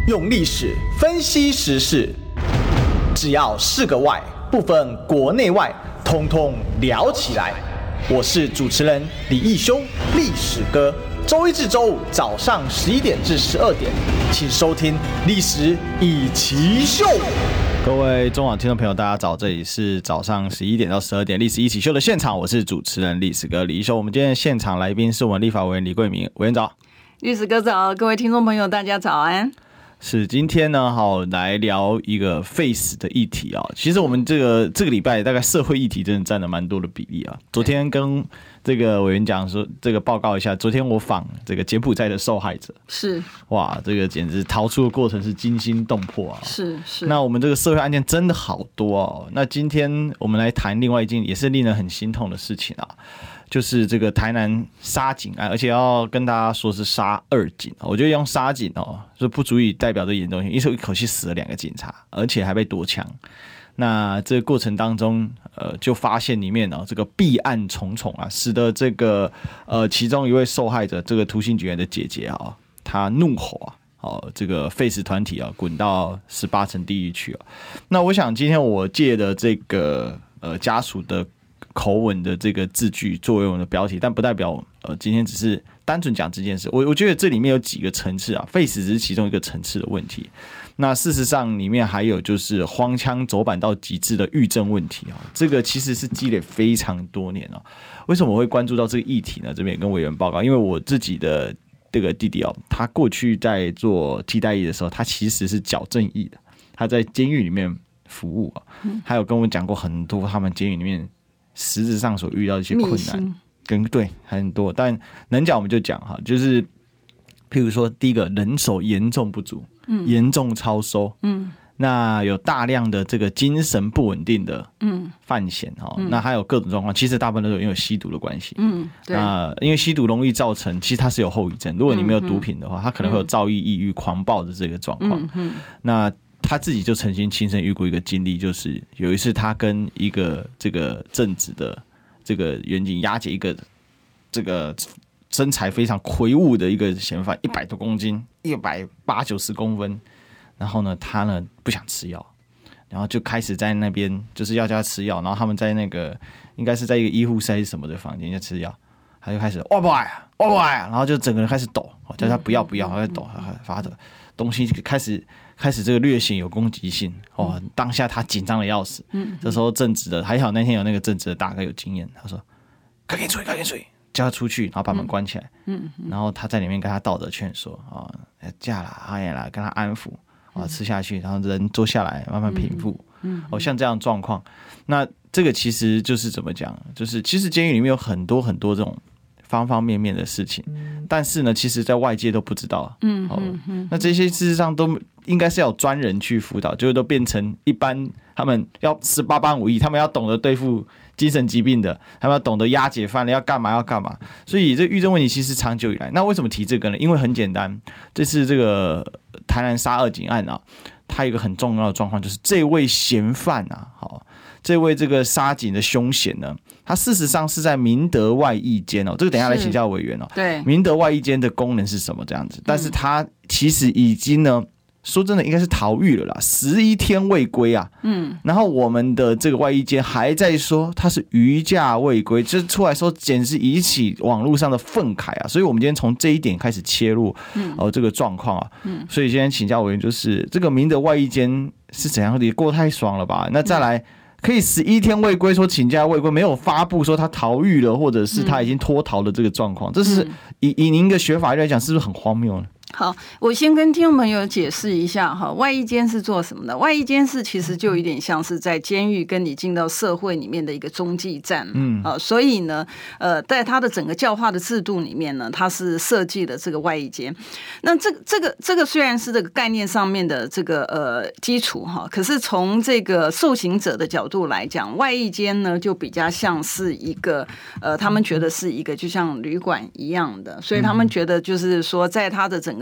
用历史分析时事，只要是个外，不分国内外，通通聊起来。我是主持人李义修，历史哥。周一至周五早上11点至12点，请收听《历史一起秀》。各位中网听众朋友，大家早，这里是早上11点到12点《历史一起秀》的现场，我是主持人历史哥李义修。我们今天的现场来宾是我们立法委员李桂明委员早。 历史哥早，各位听众朋友，大家早安。 是今天呢，好来聊一个废死的议题啊。其实我们这个礼拜大概社会议题真的占了蛮多的比例啊。昨天跟这个委员讲说，这个报告一下，昨天我访这个柬埔寨的受害者， 是哇，这个简直逃出的过程是惊心动魄啊。 是。 那我们这个社会案件真的好多哦。那今天我们来谈另外一件也是令人很心痛的事情啊。就是这个台南杀警案，而且要跟大家说是杀二警，我觉得用杀警就不足以代表这严重性，因为一口气死了2个警察，而且还被夺枪。那这个过程当中，就发现里面这个弊案重重啊，使得这个其中一位受害者这个涂姓警员的姐姐啊，她怒吼啊，这个废死团体啊，滚到18层地狱去啊。那我想今天我借的这个家属的口吻的这个字句作为我们的标题，但不代表今天只是单纯讲这件事。我觉得这里面有几个层次啊，废死只是其中一个层次的问题。那事实上里面还有就是荒腔走板到极致的狱政问题啊，这个其实是积累非常多年啊。为什么我会关注到这个议题呢？这边也跟委员报告，因为我自己的这个弟弟他过去在做替代役的时候，他其实是矫正役的，他在监狱里面服务啊，还有跟我讲过很多他们监狱里面实质上所遇到的一些困难，对很多，但能讲我们就讲哈，就是譬如说，第一个人手严重不足，严重超收，那有大量的这个精神不稳定的犯嫌那还有各种状况，其实大部分都是因为吸毒的关系， 对， 因为吸毒容易造成，其实它是有后遗症，如果你没有毒品的话，它可能会有躁郁、抑郁、狂暴的这个状况，那他自己就曾经亲身遇过一个经历，就是有一次他跟一个这个正直的这个员警押解一个这个身材非常魁梧的一个嫌犯，100多公斤，180-90公分，然后呢，他呢不想吃药，然后就开始在那边就是要叫他吃药，然后他们在那个应该是在一个医护室什么的房间在吃药，他就开始哇不爱，然后就整个人开始抖，叫他不要，他在抖，他发抖，东西开始这个略显有攻击性当下他紧张的要死，这时候正直的还好那天有那个正直的大哥有经验，他说赶紧追，叫他出去，然后把门关起来，然后他在里面跟他道德劝说嫁啦，哎啦，跟他安抚吃下去，然后人坐下来慢慢平复，像这样的状况，那这个其实就是怎么讲，就是其实监狱里面有很多很多这种方方面面的事情，但是呢，其实在外界都不知道。那这些事实上都应该是要有专人去辅导，就是都变成一般他们要18般武艺，他们要懂得对付精神疾病的，他们要懂得押解犯人，要干嘛。所以这狱政问题其实长久以来，那为什么提这个呢？因为很简单，这次这个台南杀二警案啊，它有一个很重要的状况，就是这位嫌犯这位这个杀警的凶嫌呢，他事实上是在明德外役监这个等一下来请教委员对， 明德外役监的功能是什么这样子？但是他其实已经呢，说真的应该是逃狱了啦，11天未归啊。然后我们的这个外役监还在说他是余假未归，这出来说简直引起网络上的愤慨啊。所以我们今天从这一点开始切入这个状况啊。所以今天请教委员就是这个明德外役监是怎样的？也过太爽了吧？那再来。可以11天未归，说请假未归，没有发布说他逃狱了，或者是他已经脱逃的这个状况，这是以您的学法律来讲，是不是很荒谬呢？ 好，我先跟听众朋友解释一下哈，外役监是做什么的？外役监是其实就有点像是在监狱跟你进到社会里面的一个中继站，所以呢，在它的整个教化的制度里面呢，它是设计了这个外役监。那这个虽然是这个概念上面的这个基础哈，可是从这个受刑者的角度来讲，外役监呢就比较像是一个他们觉得是一个就像旅馆一样的，所以他们觉得就是说，在他的整个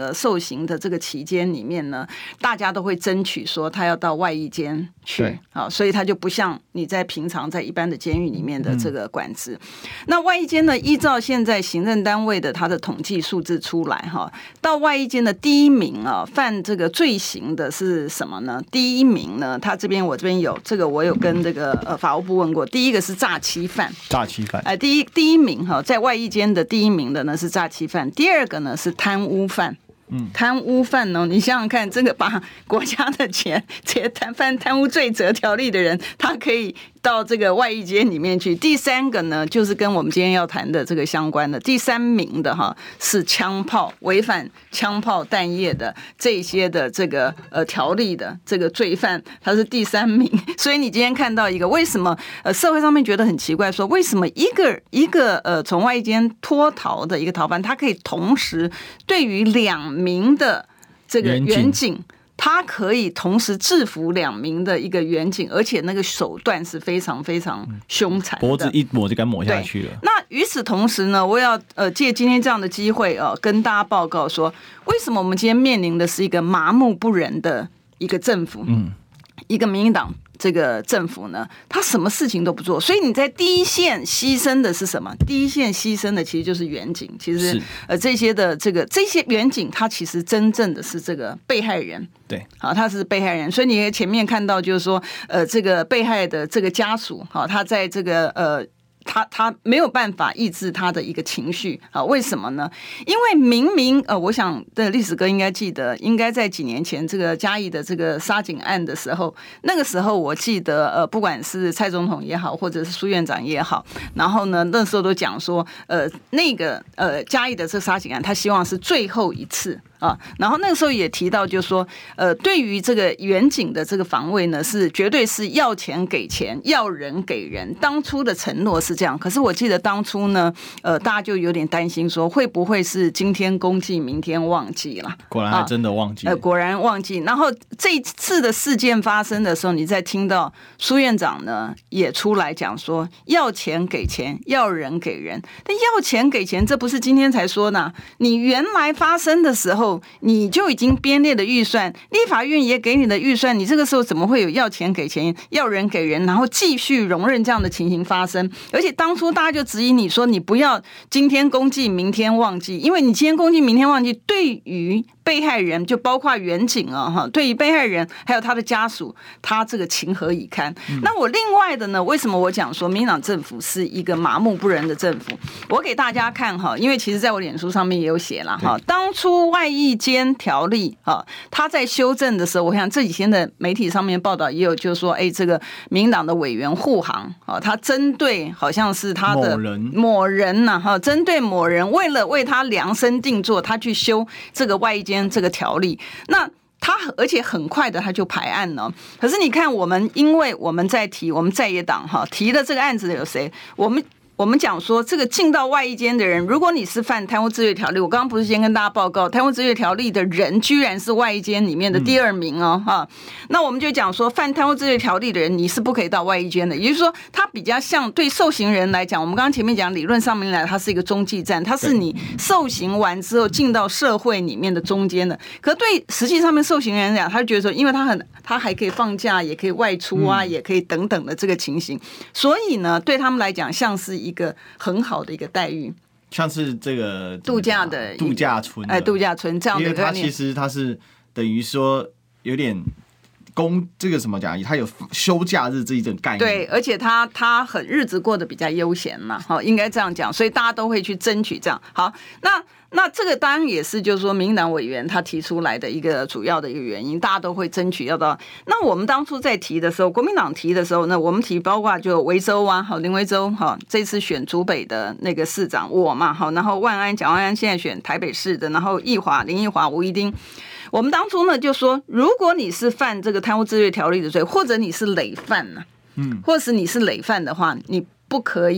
受刑的这个期间里面呢，大家都会争取说他要到外役监去啊，所以他就不像你在平常在一般的监狱里面的这个管制。那外役监呢，依照现在行政单位的他的统计数字出来哈，到外役监的第一名啊，犯这个罪行的是什么呢？第一名呢，他我这边有这个，我有跟这个法务部问过，第一个是诈欺犯，第一名哈，在外役监的第一名的呢是诈欺犯，第二个呢是贪污犯。贪污犯呢，你想想看，这个把国家的钱直接犯贪污罪责条例的人，他可以到这个外役监里面去。第三个呢，就是跟我们今天要谈的这个相关的第三名的哈，是枪炮违反枪炮弹叶的这些的这个条例的这个罪犯，他是第三名。所以你今天看到一个为什么社会上面觉得很奇怪，说为什么一个从外役监脱逃的一个逃犯，他可以同时对于2名的这个远警，他可以同时制服2名的一个远警，而且那个手段是非常非常凶残的， 脖子一抹就敢抹下去了。 那与此同时呢，我要借今天这样的机会跟大家报告说，为什么我们今天面临的是一个麻木不仁的一个政府，一个民进党这个政府呢，他什么事情都不做，所以你在第一线牺牲的是什么？第一线牺牲的其实就是远警。其实这些远警，他其实真正的是这个被害人。 对， 好，他是被害人，所以你前面看到就是说，这个被害的这个家属，好，他在这个他没有办法抑制他的一个情绪啊？为什么呢？因为明明我想的历史哥应该记得，应该在几年前这个嘉义的这个杀警案的时候，那个时候我记得不管是蔡总统也好，或者是苏院长也好，然后呢那时候都讲说那个嘉义的这个杀警案，他希望是最后一次。然后那个时候也提到，就是说，对于这个远警的这个防卫呢，是绝对是要钱给钱，要人给人。当初的承诺是这样，可是我记得当初呢，大家就有点担心说，会不会是今天公祭，明天忘记了？ 果然还真的忘记了， 果然忘记。然后这一次的事件发生的时候，你再听到苏院长呢也出来讲说，要钱给钱，要人给人。但要钱给钱，这不是今天才说呢？你原来发生的时候，你就已经编列的预算，立法院也给你的预算，你这个时候怎么会有要钱给钱，要人给人，然后继续容忍这样的情形发生？而且当初大家就质疑你说，你不要今天公祭，明天忘记，因为你今天公祭，明天忘记，对于被害人，就包括远警对于被害人还有他的家属，他这个情何以堪？那我另外的呢，为什么我讲说民进党政府是一个麻木不仁的政府？我给大家看因为其实在我脸书上面也有写了当初外役监条例他在修正的时候，我想这几天的媒体上面报道也有，就是说，这个民进党的委员护航他针对好像是他的某人针对某人，为了为他量身定做，他去修这个外役监这个条例，那他而且很快的他就排案了。可是你看因为我们在提，我们在野党提的这个案子有谁？我们讲说，这个进到外役监的人，如果你是犯贪污治罪条例，我刚刚不是先跟大家报告，贪污治罪条例的人居然是外役监里面的第2名那我们就讲说，犯贪污治罪条例的人，你是不可以到外役监的。也就是说，他比较像对受刑人来讲，我们刚刚前面讲理论上面来，它是一个中继站，它是你受刑完之后进到社会里面的中间的。可对实际上面受刑人来讲，他就觉得说，因为他还可以放假，也可以外出也可以等等的这个情形，所以呢，对他们来讲，像是一个很好的一个待遇， 像是这个度假村，度假村这样的概念。因为它其实它是等于说有点这个怎么讲？它有休假日这一种概念。 对，而且他很日子过得比较悠闲嘛，应该这样讲，所以大家都会去争取这样。好，那这个当然也是就是说民进党委员他提出来的一个主要的一个原因，大家都会争取要到。那我们当初在提的时候，国民党提的时候呢，我们提包括就维州林维洲这次选竹北的那个市长我嘛然后蒋万安现在选台北市的，然后林奕华、吴怡丁。我们当初呢就说，如果你是犯这个贪污治罪条例的罪，或者你是累犯或者是你是累犯的话，你不可以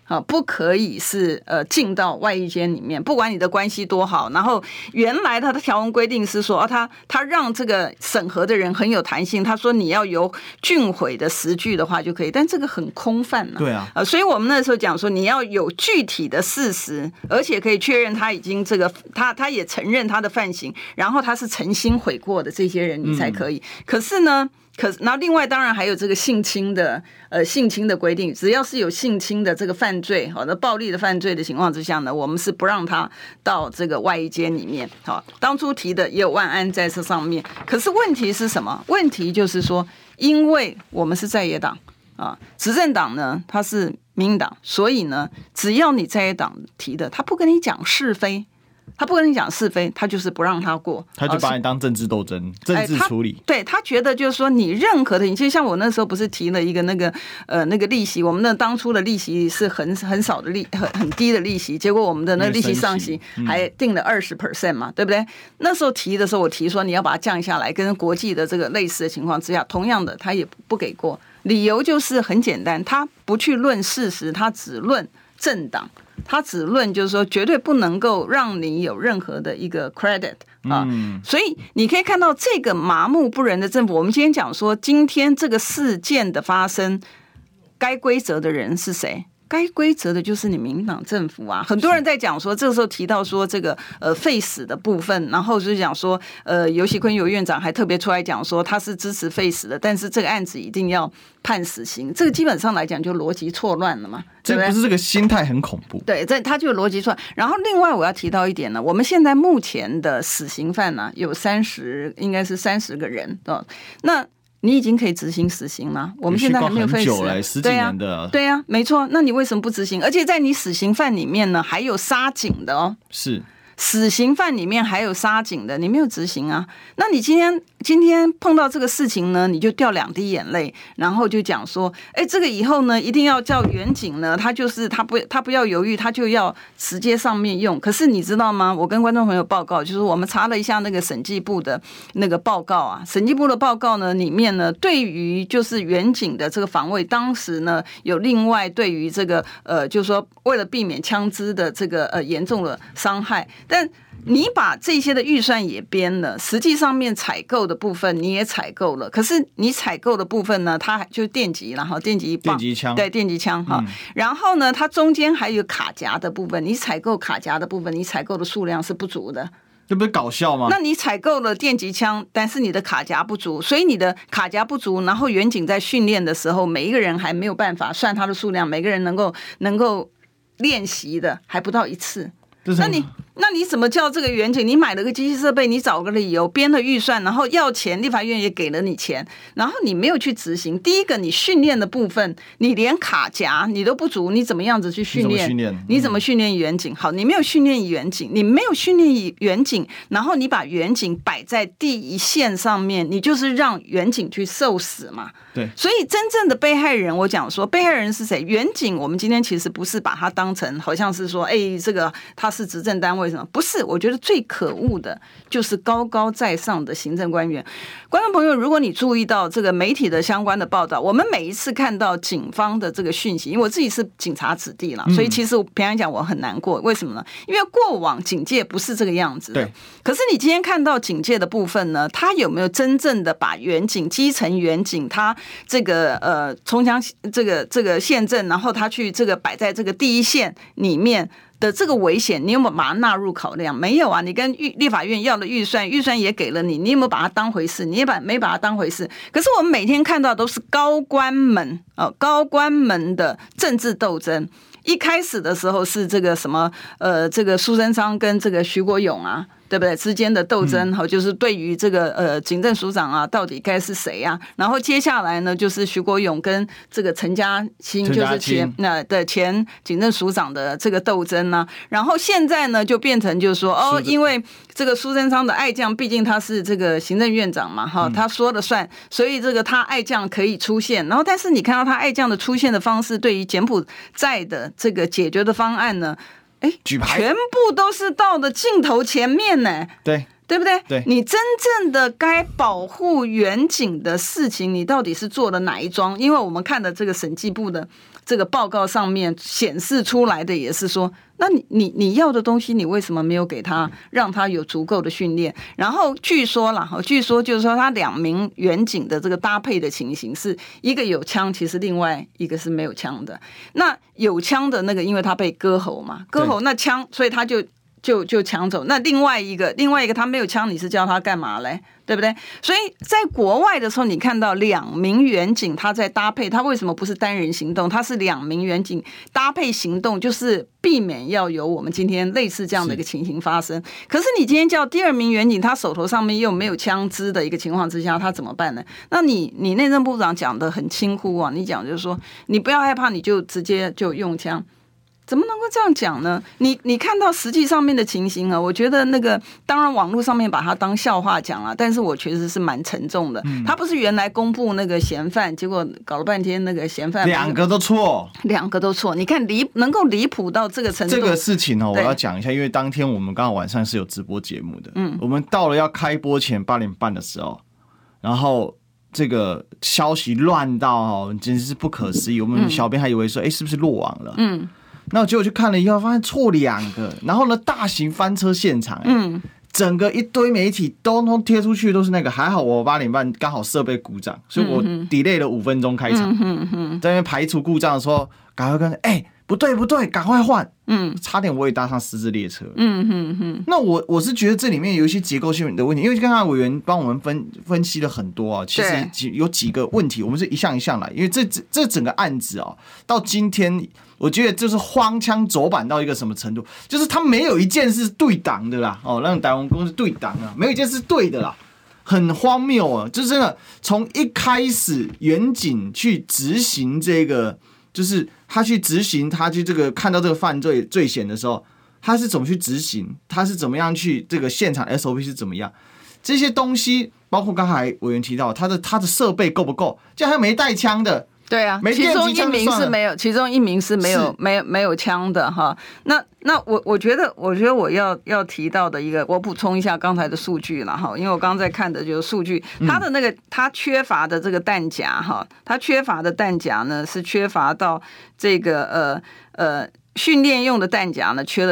不可以是进到外役监里面，不管你的关系多好。然后原来他的条文规定是说，他让这个审核的人很有弹性，他说你要有郡毁的实据的话就可以，但这个很空泛啊。 对啊， 所以我们那时候讲说，你要有具体的事实，而且可以确认他已经这个他也承认他的犯行，然后他是诚心悔过的这些人，你才可以。可是呢？然后另外当然还有这个性侵的规定，只要是有性侵的这个犯罪，好的暴力的犯罪的情况之下呢，我们是不让他到这个外役监里面。好，当初提的也有万安在这上面，可是问题是什么？问题就是说，因为我们是在野党啊，执政党呢他是民进党，所以呢，只要你在野党提的，他不跟你讲是非。他不跟你讲是非，他就是不让他过， 他就把你当政治斗争、政治处理。 对，他觉得就是说，你任何的，你就像我那时候不是提了一个那个利息，我们的当初的利息是很少的很低的利息，结果我们的那利息上息还定了20% 嘛，对不对？那时候提的时候，我提说你要把它降下来，跟国际的这个类似的情况之下，同样的他也不给过，理由就是很简单，他不去论事实，他只论政党。他只论就是说，绝对不能够让你有任何的一个 credit 啊，所以你可以看到这个麻木不仁的政府。我们今天讲说，今天这个事件的发生，该归责的人是谁？该归责的就是你民进党政府啊！很多人在讲说，这个时候提到说这个废死的部分，然后就是讲说游锡堃院长还特别出来讲说他是支持废死的，但是这个案子一定要判死刑，这个基本上来讲就逻辑错乱了嘛。 这不是这个心态很恐怖？ 对，他就逻辑错乱。然后另外我要提到一点呢，我们现在目前的死刑犯呢有应该是30个人哦，那。你已经可以执行死刑了，我们现在还没有废死， 十几年的， 对啊，没错。那你为什么不执行？而且在你死刑犯里面呢，还有杀警的哦， 是死刑犯里面还有杀警的，你没有执行啊？那你今天碰到这个事情呢，你就掉2滴眼泪，然后就讲说，这个以后呢，一定要叫远警呢，他不要犹豫，他就要直接上面用。可是你知道吗？我跟观众朋友报告，就是我们查了一下那个审计部的那个报告啊，审计部的报告呢，里面呢，对于就是远警的这个防卫，当时呢有另外对于这个就是说为了避免枪支的这个严重的伤害。但你把这些的预算也编了，实际上面采购的部分你也采购了，可是你采购的部分呢，它就电击，然后电击枪，对，电击枪哈。然后呢，它中间还有卡夹的部分，你采购卡夹的部分，你采购的数量是不足的。 这不是搞笑吗？ 那你采购了电击枪，但是你的卡夹不足，所以你的卡夹不足，然后远警在训练的时候，每一个人还没有办法算他的数量，每个人能够练习的还不到1次。那你怎么叫这个远景？你买了个机器设备，你找个理由编了预算，然后要钱，立法院也给了你钱，然后你没有去执行。第一个，你训练的部分，你连卡夹你都不足，你怎么样子去训练？你怎么训练远景？好，你没有训练远景，你没有训练远景，然后你把远景摆在第一线上面，你就是让远景去受死嘛。 对， 所以真正的被害人，我讲说被害人是谁？远景，我们今天其实不是把它当成好像是说，这个他是执政单位什么？不是，我觉得最可恶的就是高高在上的行政官员。观众朋友，如果你注意到这个媒体的相关的报道，我们每一次看到警方的这个讯息，因为我自己是警察子弟啦，所以其实平常讲我很难过。为什么呢？因为过往警界不是这个样子的。 对。 可是你今天看到警界的部分呢，他有没有真正的把远警、基层远警，他这个从强这个县政，然后他去这个摆在这个第一线里面的这个危险，你有没有把它纳入考量？没有啊！你跟立法院要的预算也给了你，你有没有把它当回事？你也没把它当回事。可是我们每天看到都是高官们的政治斗争。一开始的时候是这个什么这个苏贞昌跟这个徐国勇啊，对不对？之间的斗争就是对于这个警政署长啊，到底该是谁啊？然后接下来呢，就是徐国勇跟这个陈家清，就是前警政署长的这个斗争啊。然后现在呢，就变成就是说因为这个苏贞昌的爱将，毕竟他是这个行政院长嘛，他说了算，所以这个他爱将可以出现。然后，但是你看到他爱将的出现的方式，对于柬埔寨的这个解决的方案呢？全部都是到了镜头前面呢，对不对？ 对， 你真正的该保护远景的事情，你到底是做了哪一桩？因为我们看的这个审计部的这个报告上面显示出来的也是说，那你要的东西，你为什么没有给他，让他有足够的训练？然后据说就是说，他2名员警的这个搭配的情形是一个有枪，其实另外一个是没有枪的。那有枪的那个，因为他被割喉嘛，割喉那枪，所以他就抢走。那另外一个他没有枪，你是叫他干嘛嘞？对不对？所以在国外的时候，你看到2名员警他在搭配，他为什么不是单人行动？他是2名员警搭配行动，就是避免要有我们今天类似这样的一个情形发生。可是你今天叫第2名员警，他手头上面又没有枪支的一个情况之下，他怎么办呢？那你内政部长讲的很轻忽啊，你讲就是说你不要害怕，你就直接就用枪。怎么能够这样讲呢？你看到实际上面的情形啊，我觉得那个当然网络上面把它当笑话讲了，但是我确实是蛮沉重的。他不是原来公布那个嫌犯，结果搞了半天那个嫌犯 2个都错 ，2个都错。你看能够离谱到这个程度， 这个事情我要讲一下，因为当天我们刚好晚上是有直播节目的，我们到了要开播前8点半的时候，然后这个消息乱到简直是不可思议，我们小编还以为说，是不是落网了？那结果去看了以后，发现错2个，然后呢，大型翻车现场，整个一堆媒体都贴出去，都是那个。还好我8点半刚好设备故障，所以我 delay 了5分钟开场，在那边排除故障的时候，赶快跟不对，赶快换，差点我也搭上十字列车，那我是觉得这里面有一些结构性的问题，因为刚才委员帮我们分析了很多啊，其实有几个问题，我们是一项一项来，因为这整个案子到今天。我觉得就是荒腔走板到一个什么程度，就是他没有一件是对档的啦，让台湾公司对档啊，没有一件是对的啦，很荒谬啊！就真的从一开始远景去执行这个，就是他去执行，他去这个看到这个犯罪罪嫌的时候，他是怎么去执行，他是怎么样去这个现场 SOP 是怎么样，这些东西包括刚才委員提到他的设备够不够，这样还没带枪的。 对啊，其中1名是没有，其中1名是没有枪的哈。那我觉得我要提到的一个，我补充一下刚才的数据了哈，因为我刚刚在看的就是数据，他的那个他缺乏的这个弹夹哈，他缺乏的弹夹呢是缺乏到这个训练用的弹夹呢缺了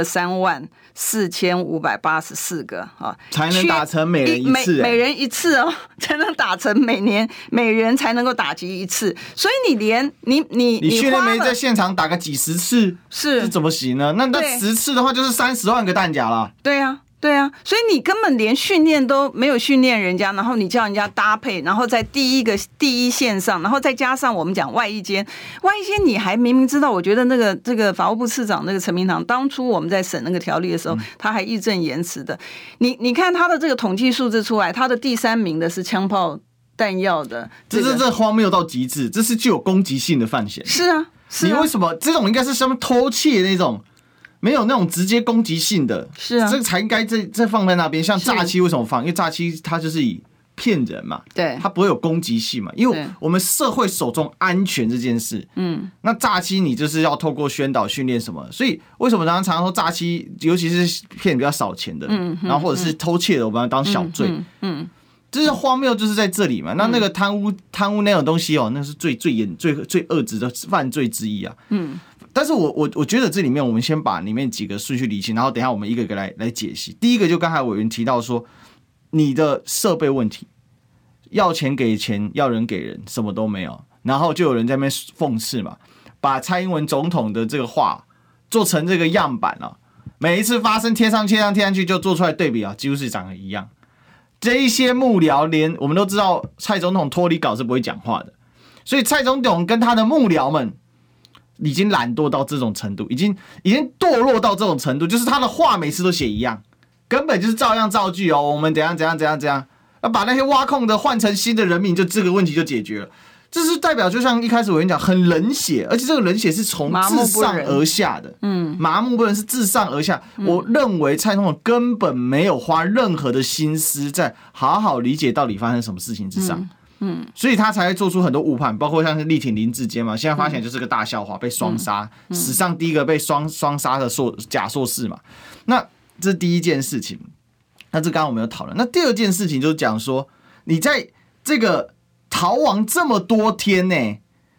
34584个才能打成每人一次， 每人一次才能打成每人才能够打击1次，所以你连你训练没在现场打个几十次， 是怎么行呢？那10次的话就是30万个弹夹了。 对啊，所以你根本连训练都没有训练人家，然后你叫人家搭配，然后在第一线上，然后再加上我们讲外衣间，你还明明知道，我觉得这个法务部次长那个陈明堂，当初我们在审那个条例的时候，他还义正言辞的，你看他的这个统计数字出来，他的第3名的是枪炮弹药的， 这荒谬到极致，这是具有攻击性的犯嫌。 是啊， 你为什么这种应该是什么偷窃那种？没有那种直接攻击性的， 是啊， 这个才应该再放在那边。像诈欺为什么放？因为诈欺它就是以骗人嘛， 对， 它不会有攻击性嘛。因为我们社会手中安全这件事，那诈欺你就是要透过宣导训练什么，所以为什么常常说诈欺，尤其是骗比较少钱的，然后或者是偷窃的，我们要当小罪，这是荒谬，就是在这里嘛。那个贪污那种东西那是最恶质的犯罪之一啊。但是我觉得这里面我们先把里面几个顺序理清，然后等一下我们一个一个来解析。第一个就刚才委员提到说，你的设备问题，要钱给钱，要人给人，什么都没有，然后就有人在那边讽刺嘛，把蔡英文总统的这个话做成这个样板每一次发生贴上去就做出来对比几乎是长得一样。这一些幕僚连我们都知道，蔡总统脱离稿是不会讲话的，所以蔡总统跟他的幕僚们已经懒惰到这种程度，已经堕落到这种程度，就是他的话每次都写一样，根本就是照样造句我们怎样，要把那些挖空的换成新的人民，就这个问题就解决了。这是代表，就像一开始我跟你讲，很冷血，而且这个冷血是从自上而下的，麻木不仁是自上而下。我认为蔡总统根本没有花任何的心思在好好理解到底发生什么事情之上。所以他才会做出很多误判，包括像是力挺林智坚嘛，现在发现就是个大笑话，被双杀，史上第一个被双杀的假硕士嘛。那这是第一件事情，那这刚刚我们有讨论。那第二件事情就是讲说，你在这个逃亡这么多天呢，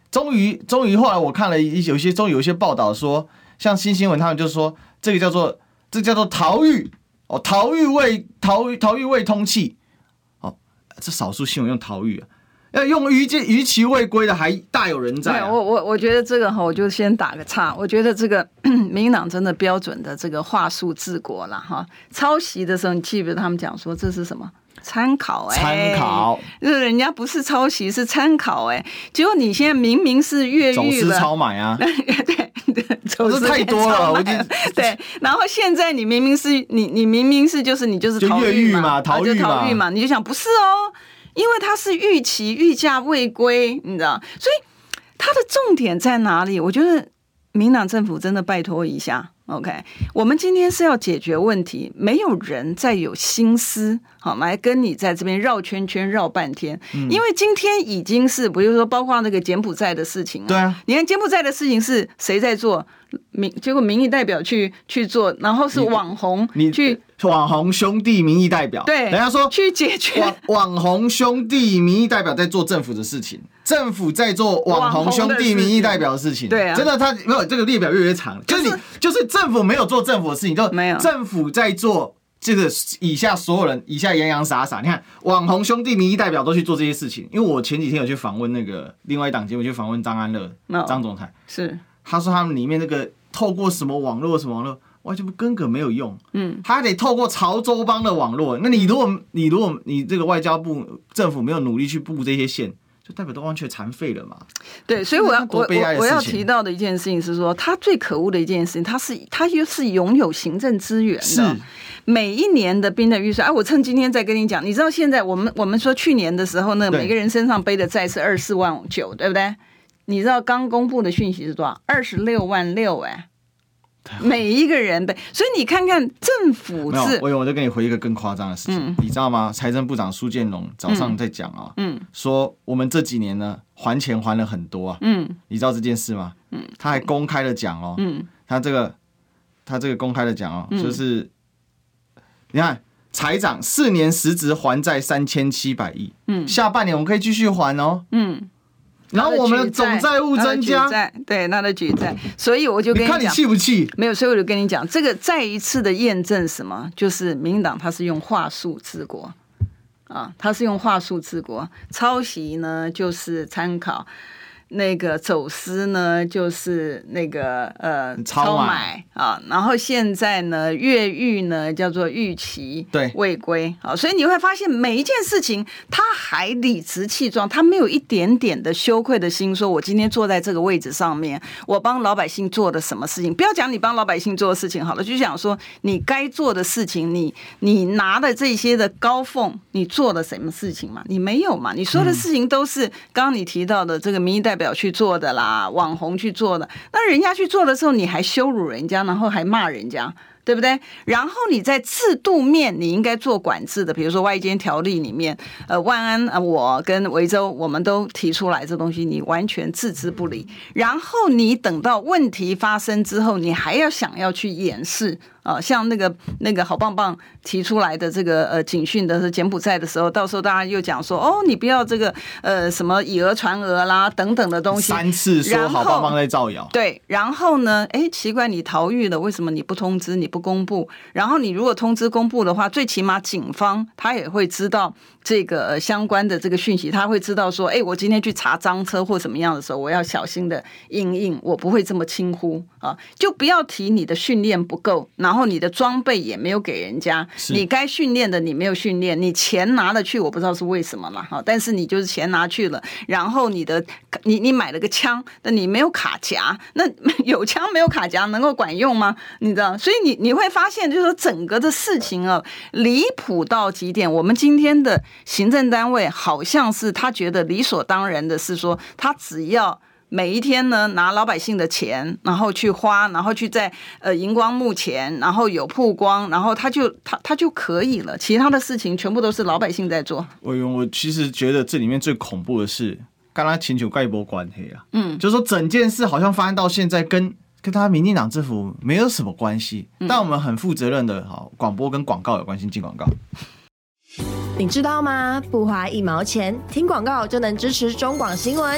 终于后来我看了有一些报道说，像新新闻他们就说这个叫做逃狱哦，逃狱未通气哦，这少数新闻用逃狱啊。要用逾期未归的还大有人在、啊。 我觉得这个我就先打个岔。我觉得这个民进党真的标准的这个话术治国了哈。抄袭的时候，你记不记得他们讲说这是什么？参考参考， 就是人家不是抄袭，是参考结果你现在明明是越狱了， 走私超买啊， 对，走私太多了，我对。然后现在你明明是你明明是就是逃狱嘛， 逃狱嘛，你就想不是哦。因为他是逾期逾假未归，你知道，所以他的重点在哪里？我觉得民党政府真的拜托一下 ，OK， 我们今天是要解决问题，没有人再有心思好来跟你在这边绕圈圈绕半天，因为今天已经是比如说包括那个柬埔寨的事情， 对啊， 你看柬埔寨的事情是谁在做？结果民意代表去做，然后是网红去。 网红兄弟民意代表， 对， 人家说去解决网红兄弟民意代表在做政府的事情，政府在做网红兄弟民意代表的事情， 对啊， 真的他没有这个列表越来越长，就是政府没有做政府的事情，就没有政府在做这个以下所有人以下洋洋洒洒，你看网红兄弟民意代表都去做这些事情，因为我前几天有去访问那个另外一档节目，去访问张安乐张总裁， 是他说他们里面那个透过什么网络完全根本没有用，他得透过潮州帮的网络。那你如果你这个外交部政府没有努力去布这些线，就代表都完全残废了嘛？ 对，所以我要提到的一件事情是说，他最可恶的一件事情，他又是拥有行政资源的。 是每一年的兵的预算，我趁今天再跟你讲，你知道现在我们说去年的时候呢，每个人身上背的债是24.9万，对不对？你知道刚公布的讯息是多少？26.6万每一个人的，所以你看看政府是， 我再跟你回一个更夸张的事情，你知道吗？财政部长苏建荣早上在讲啊，说我们这几年呢还钱还了很多啊，你知道这件事吗？他还公开的讲哦，他这个公开的讲哦，就是你看财长4年实质还债3700亿，下半年我们可以继续还哦，然后我们的总债务增加， 对他的举债，所以我就跟你讲， 你看你气不气？ 没有，所以我就跟你讲，这个再一次的验证什么？就是民进党他是用话术治国啊，他是用话术治国，抄袭呢就是参考。那个走私呢，就是那个超买啊，然后现在呢，越狱呢叫做逾期未归啊，所以你会发现每一件事情，他还理直气壮，他没有一点点的羞愧的心，说我今天坐在这个位置上面，我帮老百姓做的什么事情？不要讲你帮老百姓做的事情好了，就讲说你该做的事情，你拿的这些的高俸，你做了什么事情嘛？你没有嘛？你说的事情都是刚刚你提到的这个民意代表去做的啦，网红去做的，那人家去做的时候，你还羞辱人家，然后还骂人家，对不对？然后你在制度面，你应该做管制的，比如说外间条例里面，万安我跟维州我们都提出来这东西，你完全置之不理。然后你等到问题发生之后，你还要想要去掩饰。像那个好棒棒提出来的这个警讯的柬埔寨的时候，到时候大家又讲说你不要这个什么以讹传讹啦等等的东西 ，3次说好棒棒在造谣， 对，然后呢，奇怪你逃狱了，为什么你不通知你不公布？然后你如果通知公布的话，最起码警方他也会知道这个相关的这个讯息，他会知道说，我今天去查赃车或怎么样的时候，我要小心的因应，我不会这么轻忽啊，就不要提你的训练不够，然后你的装备也没有给人家，你该训练的你没有训练，你钱拿了去，我不知道是为什么啦，但是你就是钱拿去了，然后你买了个枪，但你没有卡夹，那有枪没有卡夹能够管用吗？你知道，所以你会发现，就是说整个的事情离谱到极点。我们今天的行政单位好像是他觉得理所当然的是说，他只要每一天呢拿老百姓的钱，然后去花，然后去在荧光幕前，然后有曝光，然后他就可以了，其他的事情全部都是老百姓在做。 我其实觉得这里面最恐怖的是，刚刚请求盖波关黑啊，就是说整件事好像发生到现在跟他民进党政府没有什么关系，但我们很负责任的广播跟广告有关系，进广告。 你知道吗？不花1毛钱，听广告就能支持中广新闻。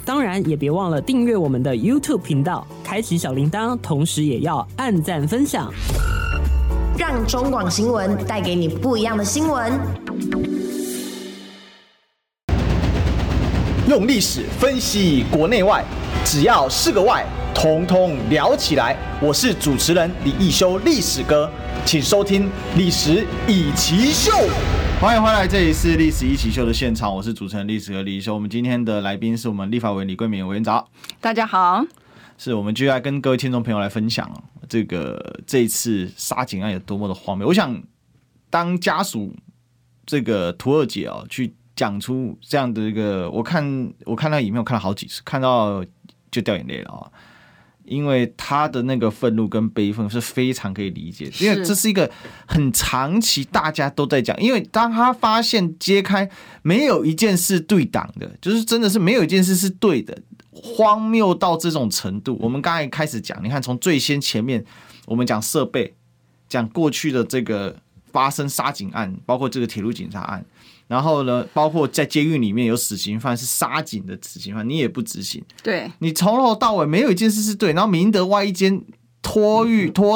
当然也别忘了订阅我们的 YouTube 频道，开启小铃铛，同时也要按赞分享， 让中广新闻带给你不一样的新闻。 用历史分析国内外，只要是个“外”，统统聊起来。我是主持人李义修，历史哥，请收听《历史一起秀》。 欢迎回来，这里是《历史一起秀》的现场，我是主持人历史哥李义修。我们今天的来宾是我们立法委员李桂敏委员长。 大家好。 是，我们就来跟各位听众朋友来分享这一次杀警案有多么的荒谬。我想，当家属这个涂二姐去讲出这样的一个，我看那个影片，我看了好几次，看到就掉眼泪了因为他的那个愤怒跟悲愤是非常可以理解，因为这是一个很长期大家都在讲，因为当他发现揭开没有一件事对党的，就是真的是没有一件事是对的，荒谬到这种程度。我们刚才开始讲，你看从最先前面我们讲设备，讲过去的这个发生杀警案，包括这个铁路警察案，然后呢，包括在监狱里面有死刑犯是杀警的死刑犯，你也不执行， 对， 你从头到尾没有一件事是对。然后明德外一间逃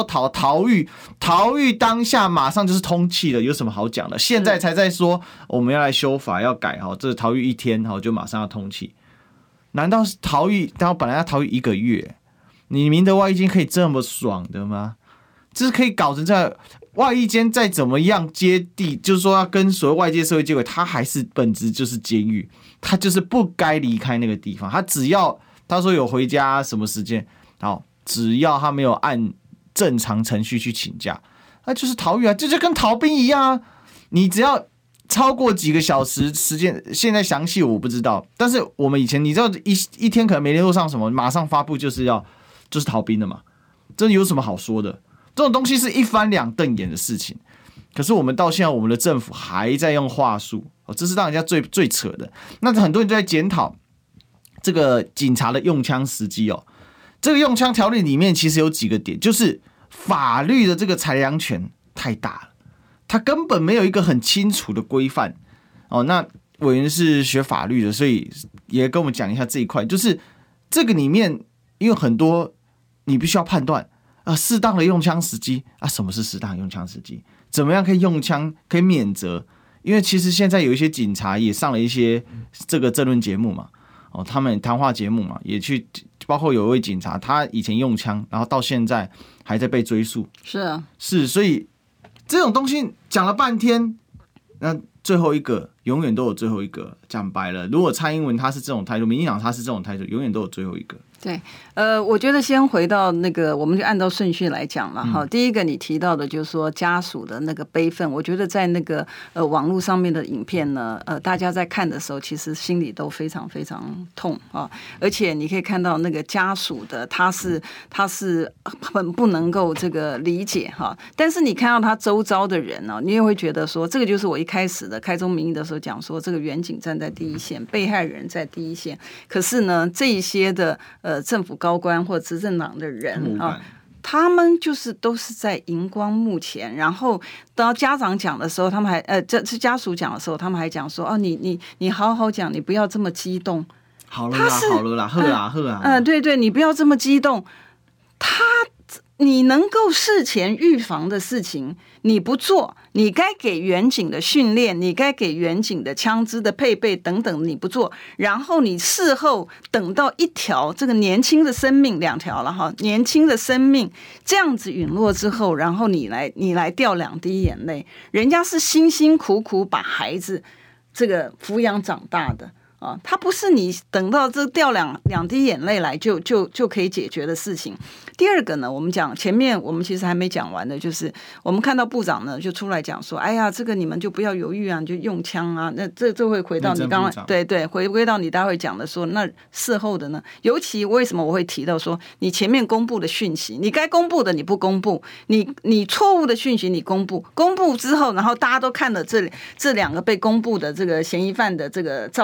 狱当下马上就是通缉了，有什么好讲的？现在才在说我们要来修法要改这逃狱1天就马上要通缉，难道是逃狱？然后本来要逃狱1个月，你明德外一间可以这么爽的吗？这是可以搞成这样。外役监再怎么样接地，就是说要跟所谓外界社会接轨，他还是本质就是监狱，他就是不该离开那个地方。他只要他说有回家什么时间，好，只要他没有按正常程序去请假，那就是逃狱啊，这就跟逃兵一样啊。你只要超过几个小时时间，现在详细我不知道，但是我们以前你知道一天可能没联络上什么，马上发布就是逃兵的嘛，这有什么好说的？这种东西是一翻两瞪眼的事情，可是我们到现在，我们的政府还在用话术，这是让人家最扯的。那很多人就在检讨这个警察的用枪时机这个用枪条例里面其实有几个点，就是法律的这个裁量权太大了，它根本没有一个很清楚的规范那委员是学法律的，所以也跟我们讲一下这一块，就是这个里面因为很多你必须要判断。适当的用枪时机什么是适当的用枪时机？怎么样可以用枪可以免责？因为其实现在有一些警察也上了一些这个政论节目嘛，他们谈话节目嘛，也去包括有一位警察，他以前用枪，然后到现在还在被追诉。是，所以这种东西讲了半天，那最后一个永远都有最后一个。讲白了，如果蔡英文他是这种态度，民进党他是这种态度，永远都有最后一个。 对，我觉得先回到那个，我们就按照顺序来讲了哈。第一个你提到的就是说家属的那个悲愤，我觉得在那个网络上面的影片呢，大家在看的时候，其实心里都非常非常痛而且你可以看到那个家属的他是很不能够这个理解但是你看到他周遭的人你也会觉得说，这个就是我一开始的开宗明义的时候讲说，这个远警站在第一线，被害人在第一线，可是呢，这一些的政府高官或执政党的人他们就是都是在荧光幕前，然后当家长讲的时候，他们还这家属讲的时候，他们还讲说你好好讲，你不要这么激动， 好了啦，喝啊， 对，你不要这么激动，你能够事前预防的事情你不做，你该给远警的训练，你该给远警的枪支的配备等等你不做，然后你事后等到一条这个年轻的生命，2条了年轻的生命这样子陨落之后，然后你来掉2滴眼泪，人家是辛辛苦苦把孩子这个抚养长大的他不是你等到这掉两滴眼泪来就可以解决的事情。第二个呢，我们讲前面我们其实还没讲完的，就是我们看到部长呢就出来讲说，哎呀，这个你们就不要犹豫啊，就用枪啊。那这会回到你刚刚对回归到你待会讲的说，那事后的呢，尤其为什么我会提到说，你前面公布的讯息，你该公布的你不公布，你错误的讯息你公布之后，然后大家都看了这2个被公布的这个嫌疑犯的这个照片，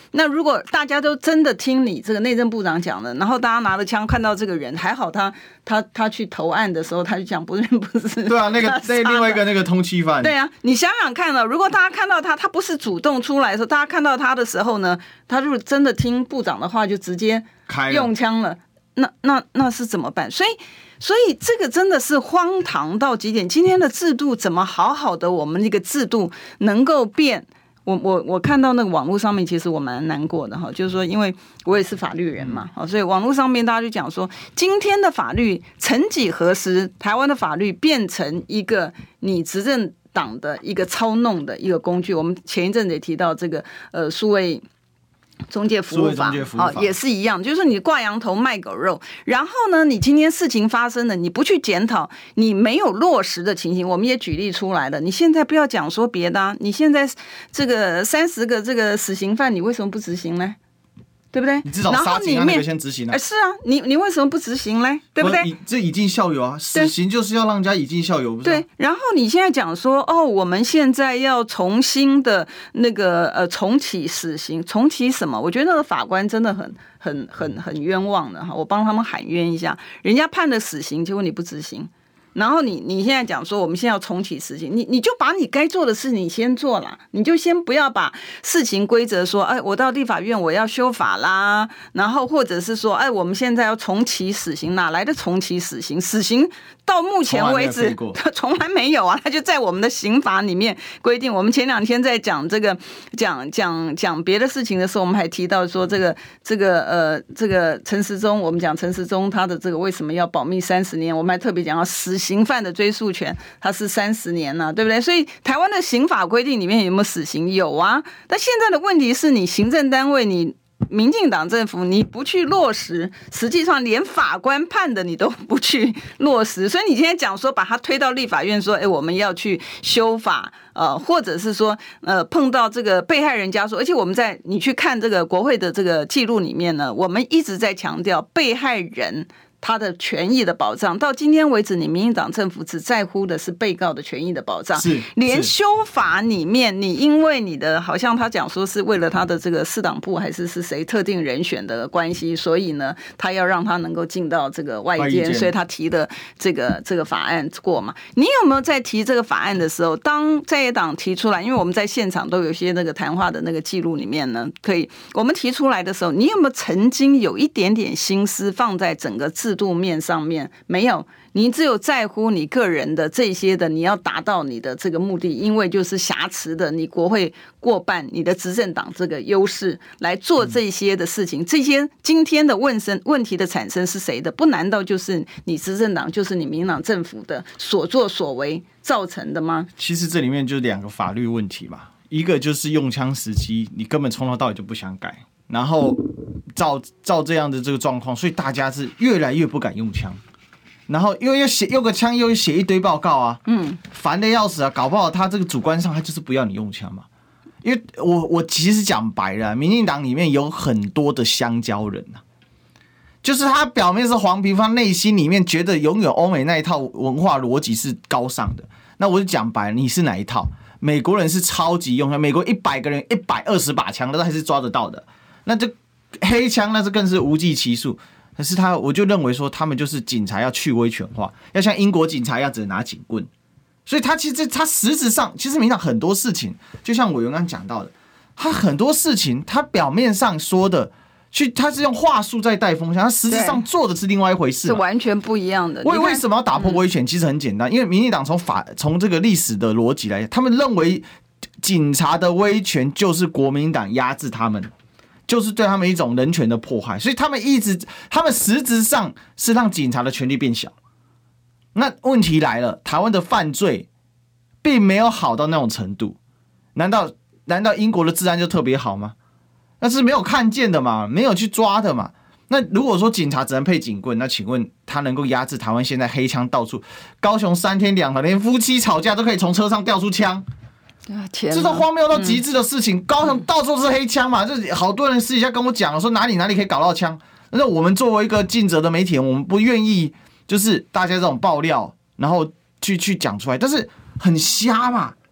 那如果大家都真的听你这个内政部长讲的，然后大家拿着枪看到这个人，还好他去投案的时候，他就讲不是。 对啊，那另外一个那个通缉犯。 对啊，你想想看了，如果大家看到他不是主动出来的时候，大家看到他的时候呢，他如果真的听部长的话，就直接用枪了，那是怎么办？所以这个真的是荒唐到极点。今天的制度怎么好好的，我们这个制度能够变？我看到那个网络上面，其实我蛮难过的哈，就是说，因为我也是法律人嘛，所以网络上面大家就讲说，今天的法律曾几何时，台湾的法律变成一个你执政党的一个操弄的一个工具。我们前一阵子也提到这个数位中介服务法也是一样，就是你挂羊头卖狗肉，然后呢，你今天事情发生了，你不去检讨，你没有落实的情形，我们也举例出来了。你现在不要讲说别的啊，你现在这个30个这个死刑犯，你为什么不执行呢？对不对？ 你至少杀警那个先执行啊！ 是啊，你为什么不执行嘞？对不对？ 这以尽效尤啊！死刑就是要让人家以尽效尤，不是？ 对。然后你现在讲说，我们现在要重新的那个重启死刑，重启什么？我觉得那个法官真的很冤枉的哈！我帮他们喊冤一下，人家判了死刑，结果你不执行。然后你现在讲说我们现在要重启事情，你就把你该做的事你先做了，你就先不要把事情规则说，我到立法院我要修法啦，然后或者是说，我们现在要重启死刑，哪来的重启死刑？死刑到目前为止从来没有啊，它就在我们的刑法里面规定。我们前2天在讲这个讲别的事情的时候，我们还提到说这个陈时中，我们讲陈时中他的这个为什么要保密30年，我们还特别讲到死刑犯的追诉权，它是30年呢，对不对？所以台湾的刑法规定里面有没有死刑？有啊。但现在的问题是你行政单位，你民进党政府你不去落实，实际上连法官判的你都不去落实，所以你今天讲说把它推到立法院说，我们要去修法，或者是说碰到这个被害人家属，而且我们你去看这个国会的这个记录里面呢，我们一直在强调被害人他的权益的保障，到今天为止，你民进党政府只在乎的是被告的权益的保障，连修法里面，你因为你的好像他讲说是为了他的这个四党部还是谁特定人选的关系，所以呢，他要让他能够进到这个外间，所以他提的这个法案过嘛。你有没有在提这个法案的时候，当在野党提出来，因为我们在现场都有一些那个谈话的那个记录里面呢，可以我们提出来的时候，你有没有曾经有一点点心思放在整个制度面上面？没有，你只有在乎你个人的这些的，你要达到你的这个目的，因为就是瑕疵的，你国会过半，你的执政党这个优势来做这些的事情，这些今天的问题的产生是谁的？不难道就是你执政党，就是你民进党政府的所作所为造成的吗？ 其实这里面就2个法律问题嘛，一个就是用枪时机，你根本从头到尾就不想改，然后照这样的这个状况，所以大家是越来越不敢用枪，然后又用个枪又写一堆报告啊，烦得要死啊！搞不好他这个主观上他就是不要你用枪嘛。因为我其实讲白了，民进党里面有很多的香蕉人啊，就是他表面是黄皮肤，他内心里面觉得永远欧美那一套文化逻辑是高尚的。那我就讲白了，你是哪一套？美国人是超级用枪，美国100个人120把枪，那还是抓得到的。那这黑枪那是更是无计其数。可是我就认为说，他们就是警察要去威权化，要像英国警察一样只能拿警棍。所以他其实他实质上，其实民进党很多事情，就像我刚刚讲到的，他很多事情，他表面上说的，他是用话术在带风向，他实质上做的是另外一回事， 是完全不一样的。 为什么要打破威权？其实很简单，因为民进党从这个历史的逻辑来讲，他们认为警察的威权就是国民党压制他们，就是对他们一种人权的迫害，所以他们实质上是让警察的权力变小。那问题来了，台湾的犯罪并没有好到那种程度，难道英国的治安就特别好吗？那是没有看见的嘛，没有去抓的嘛。那如果说警察只能配警棍，那请问他能够压制台湾现在黑枪到处？高雄3天2头，连夫妻吵架都可以从车上掉出枪，这种荒谬到极致的事情。高雄到处是黑枪嘛，这好多人私底下跟我讲说哪里可以搞到枪。那我们作为一个尽责的媒体人，我们不愿意就是大家这种爆料，然后去讲出来，但是很瞎嘛。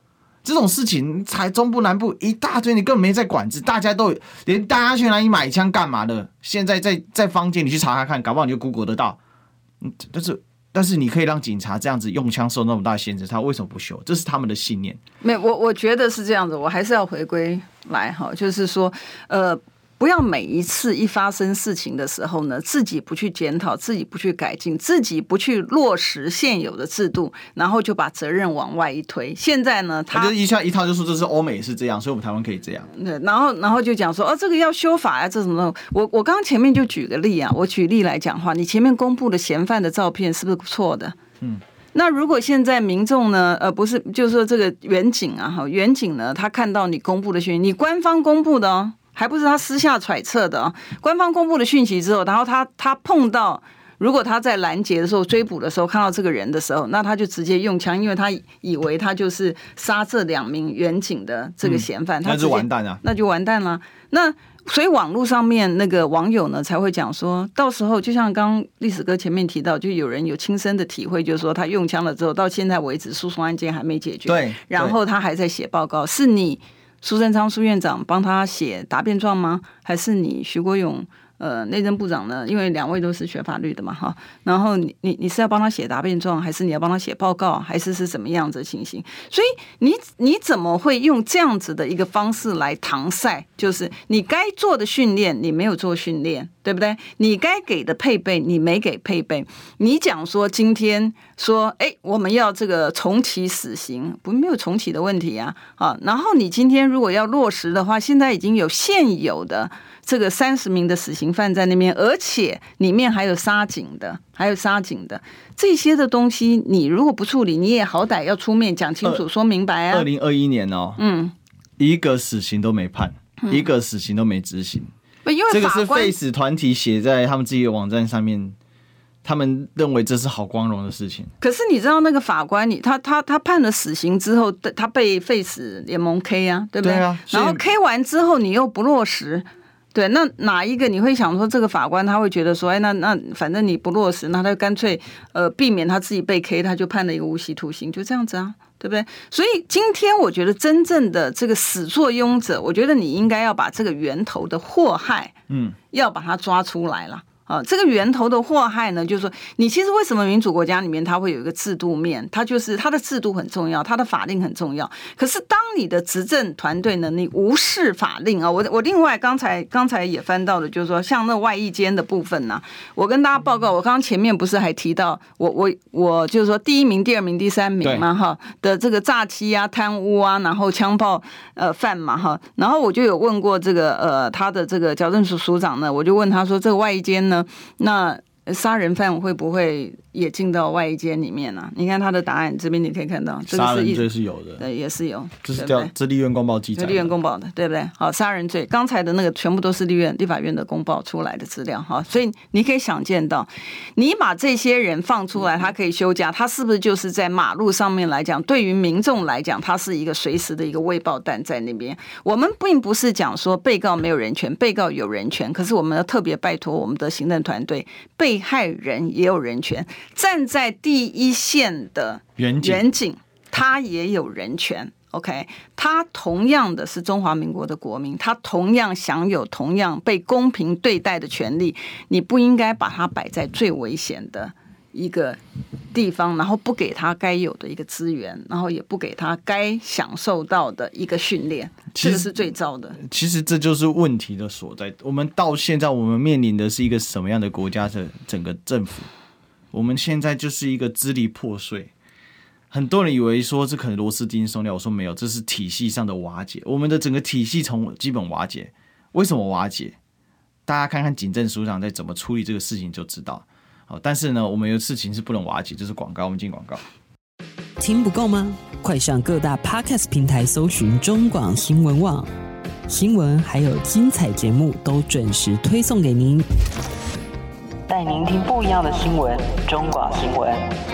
这种事情才中部南部一大堆，你根本没在管制，大家都连大家去哪里买枪干嘛的，现在在坊间你去查查看，搞不好你就 Google 得到。但是你可以让警察这样子用枪受那么大限制，他为什么不修？这是他们的信念。 没有，我觉得是这样子，我还是要回归来哈，就是说，不要每一次一发生事情的时候呢，自己不去检讨，自己不去改进，自己不去落实现有的制度，然后就把责任往外一推。现在呢，他就是一套就说这是欧美是这样，所以我们台湾可以这样。 对，然后就讲说这个要修法啊，这什么？我刚刚前面就举个例啊，我举例来讲话，你前面公布的嫌犯的照片是不是错的？那如果现在民众呢，不是，就是说这个远景啊，远景呢，他看到你公布的讯息，你官方公布的哦。还不是他私下揣测的啊！官方公布的讯息之后，然后他碰到，如果他在拦截的时候、追捕的时候看到这个人的时候，那他就直接用枪，因为他以为他就是杀这2名远警的这个嫌犯， 那就完蛋了， 那就完蛋了。那所以网络上面那个网友呢才会讲说，到时候就像刚历史哥前面提到，就有人有亲身的体会，就是说他用枪了之后，到现在为止诉讼案件还没解决， 对， 然后他还在写报告，是你苏贞昌苏院长帮他写答辩状吗？还是你徐国勇内政部长呢？因为2位都是学法律的嘛，哈。然后你是要帮他写答辩状，还是你要帮他写报告，还是怎么样子的情形？所以你怎么会用这样子的一个方式来搪塞？就是你该做的训练你没有做训练，对不对？你该给的配备你没给配备。你讲说今天说我们要这个重启死刑，没有重启的问题啊。然后你今天如果要落实的话，现在已经有现有的这个30名的死刑犯在那边，而且里面还有杀警的，这些的东西，你如果不处理，你也好歹要出面讲清楚、说明白啊。 2021年哦，一个死刑都没判，一个死刑都没执行。 因为这个是废死团体写在他们自己的网站上面，他们认为这是好光荣的事情。 可是你知道那个法官，他判了死刑之后，他被废死联盟 K 啊，对不对？ 对啊。 然后 K 完之后，你又不落实。对，那哪一个你会想说这个法官他会觉得说，那反正你不落实，那他干脆避免他自己被 K， 他就判了一个无期徒刑，就这样子啊，对不对？所以今天我觉得真正的这个始作俑者，我觉得你应该要把这个源头的祸害，要把它抓出来了。这个源头的祸害呢，就是说，你其实为什么民主国家里面它会有一个制度面，它就是它的制度很重要，它的法令很重要。可是当你的执政团队呢，你无视法令啊，我另外刚才也翻到的，就是说像那外役监的部分呢，我跟大家报告，我刚刚前面不是还提到，我就是说第1名、第2名、第3名嘛哈的这个诈欺啊、贪污啊，然后枪炮犯嘛哈，然后我就有问过这个他的这个矫正署署长呢，我就问他说这个外役监呢。那杀人犯会不会也进到外役监里面啊？你看他的答案，这边你可以看到，这个杀人罪是有的， 对，也是有， 这是这立院公报记载， 立院公报的，对不对？好，杀人罪，刚才的那个全部都是立法院的公报出来的资料，哈，所以你可以想见到，你把这些人放出来，他可以休假，他是不是就是在马路上面来讲，对于民众来讲，他是一个随时的一个未爆弹在那边。我们并不是讲说被告没有人权，被告有人权，可是我们要特别拜托我们的行政团队，被害人也有人权，站在第一线的远景，他也有人权。OK， 他同样的是中华民国的国民，他同样享有同样被公平对待的权利，你不应该把他摆在最危险的一个地方，然后不给他该有的一个资源，然后也不给他该享受到的一个训练，这个是最糟的。 其实这就是问题的所在。我们到现在，我们面临的是一个什么样的国家的整个政府？我们现在就是一个支离破碎。很多人以为说这可能螺丝钉松掉，我说没有，这是体系上的瓦解。我们的整个体系从基本瓦解，为什么瓦解？大家看看警政署长在怎么处理这个事情就知道。但是呢，我们有事情是不能瓦解，就是广告。我们进广告。 听不够吗？快上各大 Podcast 平台搜寻中广新闻网，新闻还有精彩节目都准时推送给您，带您听不一样的新闻。中广新闻。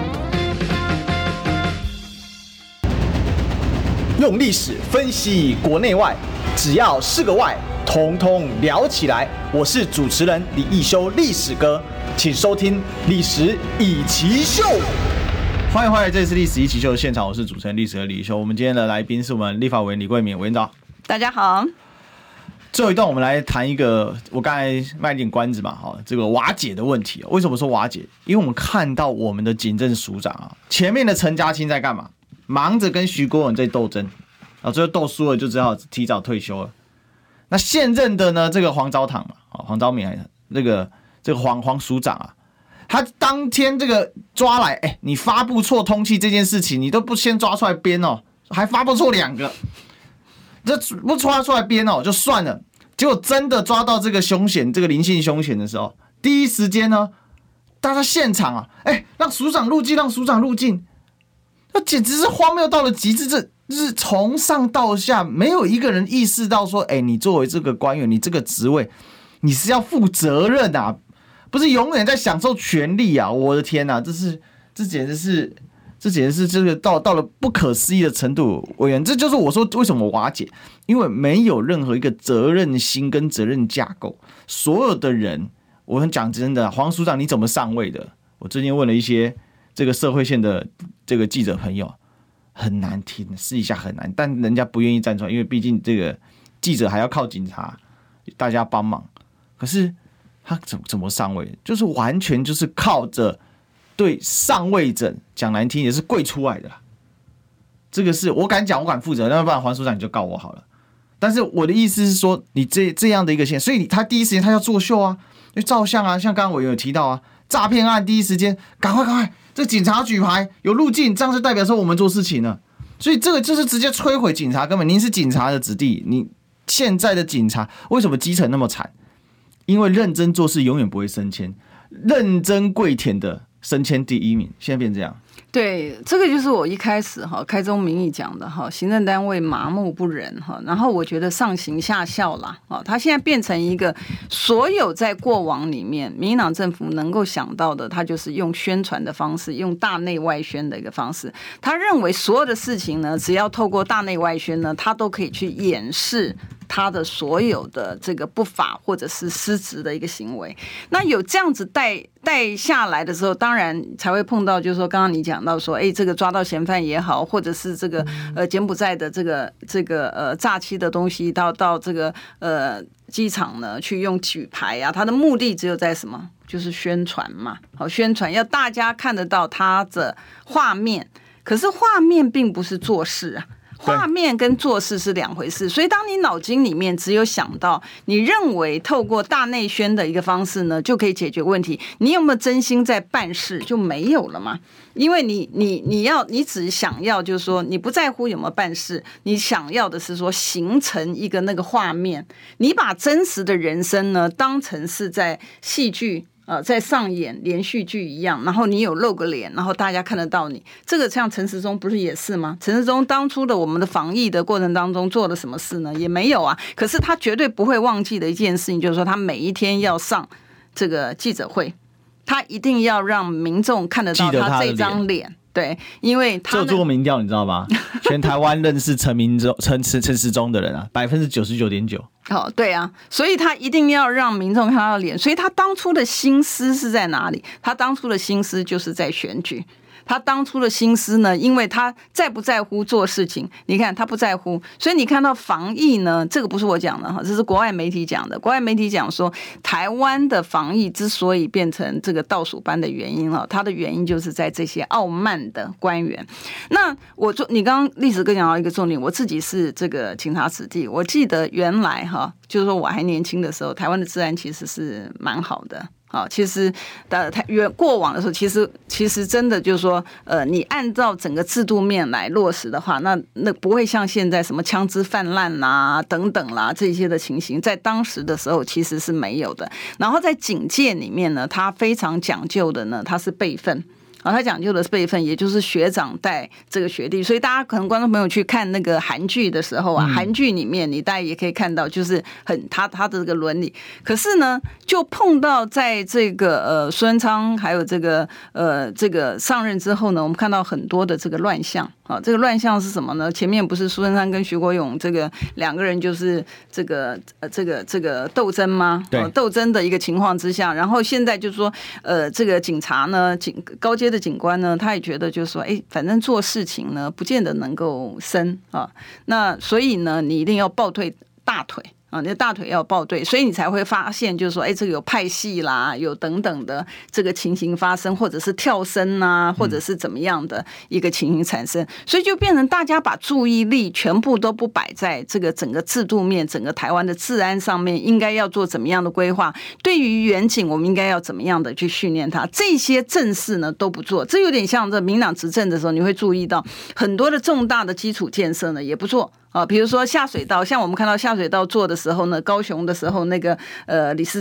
用历史分析国内外，只要是个外，统统聊起来。我是主持人李义修，历史哥，请收听《历史以奇秀》。 欢迎回来，这里是历史一起秀的现场，我是主持人历史的李修。我们今天的来宾是我们立法委员李桂敏委员长。 大家好。 最后一段我们来谈一个，我刚才卖点关子嘛，这个瓦解的问题。为什么说瓦解？因为我们看到我们的警政署长啊，前面的陈家清在干嘛？忙着跟徐国勇在斗争，最后斗输了就只好提早退休了。那现任的呢，这个黄昭堂嘛，黄昭明这个黄署长啊。他当天这个抓来，你发布错通缉这件事情，你都不先抓出来编哦，还发布错2个，这不抓出来编哦就算了，结果真的抓到这个凶嫌，这个林姓凶嫌的时候，第一时间呢，大家现场啊，让署长入境，让署长入境，那简直是荒谬到了极致，这就是从上到下没有一个人意识到说，你作为这个官员，你这个职位，你是要负责任啊。不是永远在享受权利啊！我的天哪，这简直是这个到了不可思议的程度。委员，这就是我说为什么瓦解，因为没有任何一个责任心跟责任架构。所有的人，我很讲真的，黄署长你怎么上位的？我最近问了一些这个社会线的这个记者朋友，很难听，私底下很难，但人家不愿意站出来，因为毕竟这个记者还要靠警察，大家帮忙。可是。他怎么上位？就是完全就是靠着对上位者讲难听也是跪出来的啦。这个是我敢讲，我敢负责，要不然黄署长你就告我好了。但是我的意思是说，你这样的一个线，所以他第一时间他要作秀啊，因为照相啊，像刚刚我有提到啊，诈骗案第一时间赶快，这警察举牌有路径，这样就代表说我们做事情了。所以这个就是直接摧毁警察根本。您是警察的子弟，你现在的警察为什么基层那么惨？因为认真做事永远不会升迁，认真跪舔的升迁第1名，现在变这样。 对，这个就是我一开始开宗明义讲的行政单位麻木不仁然后我觉得上行下效啦它现在变成一个所有在过往里面民进党政府能够想到的，他就是用宣传的方式，用大内外宣的一个方式，他认为所有的事情呢，只要透过大内外宣呢，他都可以去掩饰他的所有的这个不法或者是失职的一个行为。那有这样子带下来的时候，当然才会碰到，就是说刚刚你讲到说，这个抓到嫌犯也好，或者是这个柬埔寨的这个诈欺的东西到这个机场呢去用举牌啊，他的目的只有在什么？就是宣传嘛，好，宣传要大家看得到他的画面，可是画面并不是做事啊。画面跟做事是2回事，所以当你脑筋里面只有想到你认为透过大内宣的一个方式呢就可以解决问题，你有没有真心在办事就没有了嘛？因为你只想要就是说你不在乎有没有办事，你想要的是说形成一个那个画面，你把真实的人生呢当成是在戏剧在上演连续剧一样，然后你有露个脸，然后大家看得到你。这个像陈时中不是也是吗？陈时中当初的我们的防疫的过程当中做了什么事呢？也没有啊。可是他绝对不会忘记的一件事情，就是说他每一天要上这个记者会，他一定要让民众看得到他这张脸。对，因为他有做过民调，你知道吗？全台湾认识陈时中的人啊，99.9%。 对啊，所以他一定要让民众看到脸。所以他当初的心思是在哪里？他当初的心思就是在选举。他当初的心思呢，因为他在不在乎做事情，你看他不在乎，所以你看到防疫呢，这个不是我讲的哈，这是国外媒体讲的。国外媒体讲说，台湾的防疫之所以变成这个倒数班的原因它的原因就是在这些傲慢的官员。那你刚刚历史哥讲到一个重点，我自己是这个警察子弟，我记得原来就是说我还年轻的时候，台湾的治安其实是蛮好的。其实过往的时候，其实真的就是说，你按照整个制度面来落实的话，那不会像现在什么枪支泛滥啦、等等啦这些的情形，在当时的时候其实是没有的。然后在警界里面呢，它非常讲究的呢，它是辈分。他讲究的是辈分，也就是学长带这个学弟，所以大家可能观众朋友去看那个韩剧的时候啊，韩剧里面你大家也可以看到，就是他的这个伦理。可是呢，就碰到在这个孙昌还有这个上任之后呢，我们看到很多的这个乱象。 这个乱象是什么呢？前面不是苏贞昌跟徐国勇这个两个人就是这个斗争吗？ 对， 斗争的一个情况之下，然后现在就是说，这个警察呢，高阶的警官呢，他也觉得就是说，反正做事情呢，不见得能够升啊，那所以呢，你一定要抱对大腿。你的大腿要抱对，所以你才会发现，就是说，这个有派系啦，有等等的这个情形发生，或者是跳升啊，或者是怎么样的一个情形产生，所以就变成大家把注意力全部都不摆在这个整个制度面、整个台湾的治安上面，应该要做怎么样的规划？对于远警，我们应该要怎么样的去训练它？这些正事呢都不做，这有点像这民党执政的时候，你会注意到很多的重大的基础建设呢也不做。比如说下水道，像我们看到下水道做的时候呢，高雄的时候那个李副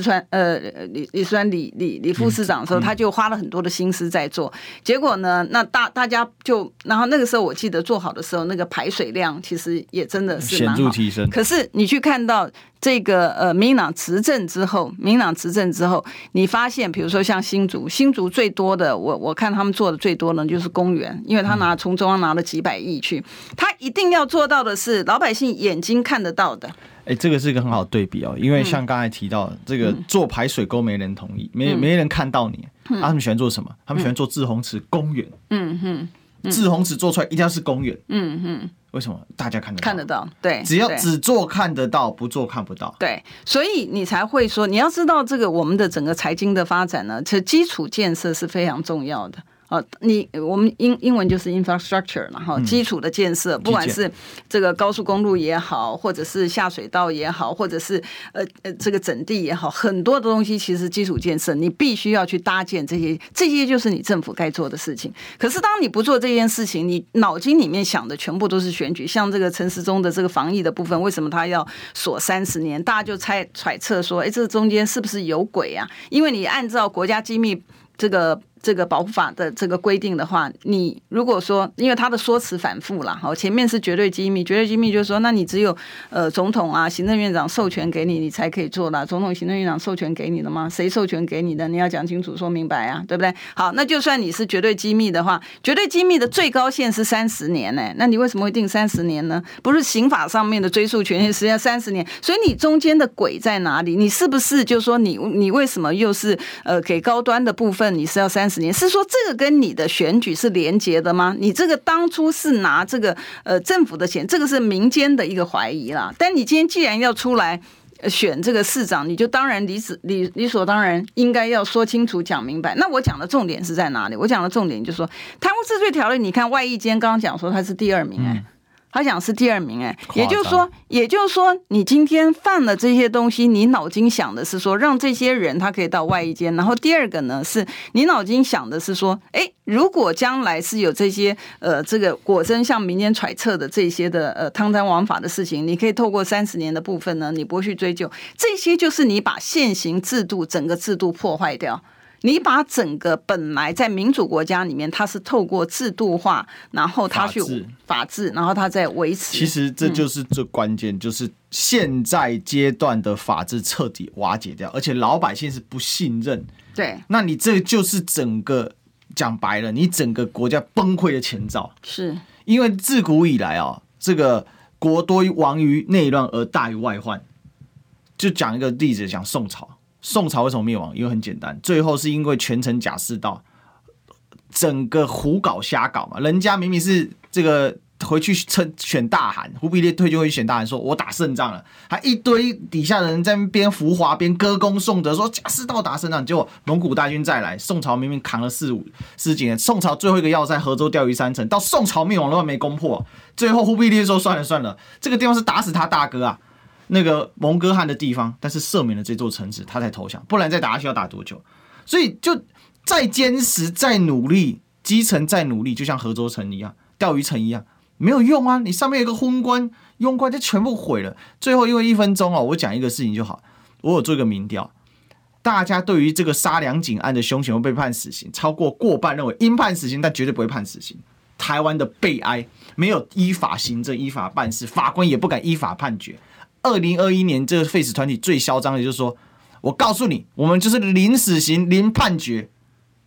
市长的时候，他就花了很多的心思在做。结果呢，那大家就，然后那个时候我记得做好的时候，那个排水量其实也真的是蛮好显著提升。 可是你去看到这个民进党执政之后，你发现比如说像新竹最多的，我看他们做的最多呢就是公园，因为他从中央拿了几百亿去，他一定要做到的是老百姓眼睛看得到的。 这个是一个很好的对比因为像刚才提到这个做排水沟没人同意，没人看到你，他们喜欢做什么？他们喜欢做滞洪池公园。滞洪池做出来一定要是公园。为什么？大家看得到， 对， 只要只做看得到，不做看不到。 对，所以你才会说，你要知道这个我们的整个财经的发展呢，其实基础建设是非常重要的。我们英文就是 infrastructure 嘛，基础的建设，不管是这个高速公路也好，或者是下水道也好，或者是这个整地也好，很多的东西其实基础建设你必须要去搭建这些就是你政府该做的事情。可是当你不做这件事情，你脑筋里面想的全部都是选举，像这个陈时中的这个防疫的部分，为什么他要锁30年？大家就揣测说，这中间是不是有鬼啊？因为你按照国家机密这个保护法的这个规定的话，你如果说，因为他的说辞反复啦，前面是绝对机密就是说，那你只有总统啊、行政院长授权给你，你才可以做啦。总统、行政院长授权给你的吗？谁授权给你的？你要讲清楚、说明白啊，对不对？好，那就算你是绝对机密的话，绝对机密的最高限是30年呢。那你为什么会定30年呢？不是刑法上面的追诉权限实际上30年，所以你中间的鬼在哪里？你是不是就说你为什么又是给高端的部分你是要30年？是说这个跟你的选举是连结的吗？你这个当初是拿这个政府的钱，这个是民间的一个怀疑啦。但你今天既然要出来选这个市长，你就当然理所当然应该要说清楚讲明白。那我讲的重点是在哪里？我讲的重点就是说，贪污治罪条例，你看外役监刚刚讲说他是第2名他讲是第2名也就是说你今天犯了这些东西，你脑筋想的是说让这些人他可以到外役监，然后第二个呢是你脑筋想的是说，如果将来是有这些这个果真像民间揣测的这些的贪赃枉法的事情，你可以透过30年的部分呢，你不会去追究，这些就是你把现行制度整个制度破坏掉。你把整个本来在民主国家里面，它是透过制度化，然后它去法治，然后它在维持。 其实这就是最关键，就是现在阶段的法治彻底瓦解掉，而且老百姓是不信任。 对， 那你这就是整个讲白了，你整个国家崩溃的前兆。 是因为自古以来这个国多亡于内乱而大于外患。就讲一个例子，讲宋朝。宋朝为什么灭亡？因为很简单，最后是因为权臣贾似道整个胡搞瞎搞嘛。人家明明是这个回去选大汗，忽必烈退就会选大汗，说我打胜仗了，还一堆底下的人在那边浮华边歌功颂德，说贾似道打胜仗。结果蒙古大军再来，宋朝明明扛了40几年，宋朝最后一个要塞河州钓鱼山城，到宋朝灭亡都还没攻破，最后忽必烈说算了，这个地方是打死他大哥啊。那个蒙哥汗的地方，但是赦免了这座城池，他才投降，不然再打下去要打多久？所以就再坚持、再努力，基层再努力，就像河州城一样、钓鱼城一样，没有用啊！你上面有一个昏官、庸官，就全部毁了。最后因为1分钟我讲一个事情就好。我有做一个民调，大家对于这个沙良景案的凶嫌会被判死刑，超过过半认为应判死刑，但绝对不会判死刑。台湾的悲哀，没有依法行政、依法办事，法官也不敢依法判决。2021年这个废死团体最嚣张的就是说，我告诉你，我们就是零死刑、零判决，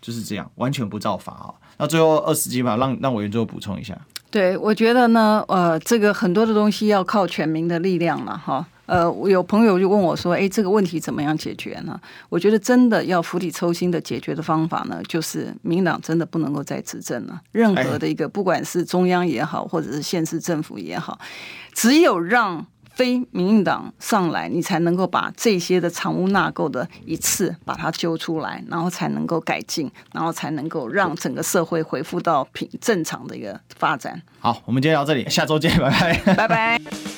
就是这样，完全不照法啊。那最后20几秒，让委员最后补充一下。 对，我觉得呢，这个很多的东西要靠全民的力量嘛，哈。我有朋友就问我说：“这个问题怎么样解决呢？”我觉得真的要釜底抽薪的解决的方法呢，就是民党真的不能够再执政了。任何的一个，不管是中央也好，或者是县市政府也好，只有让非民进党上来，你才能够把这些的藏污纳垢的一次把它揪出来，然后才能够改进，然后才能够让整个社会恢复到正常的一个发展。 好，我们今天聊到这里，下周见，拜拜， 拜拜。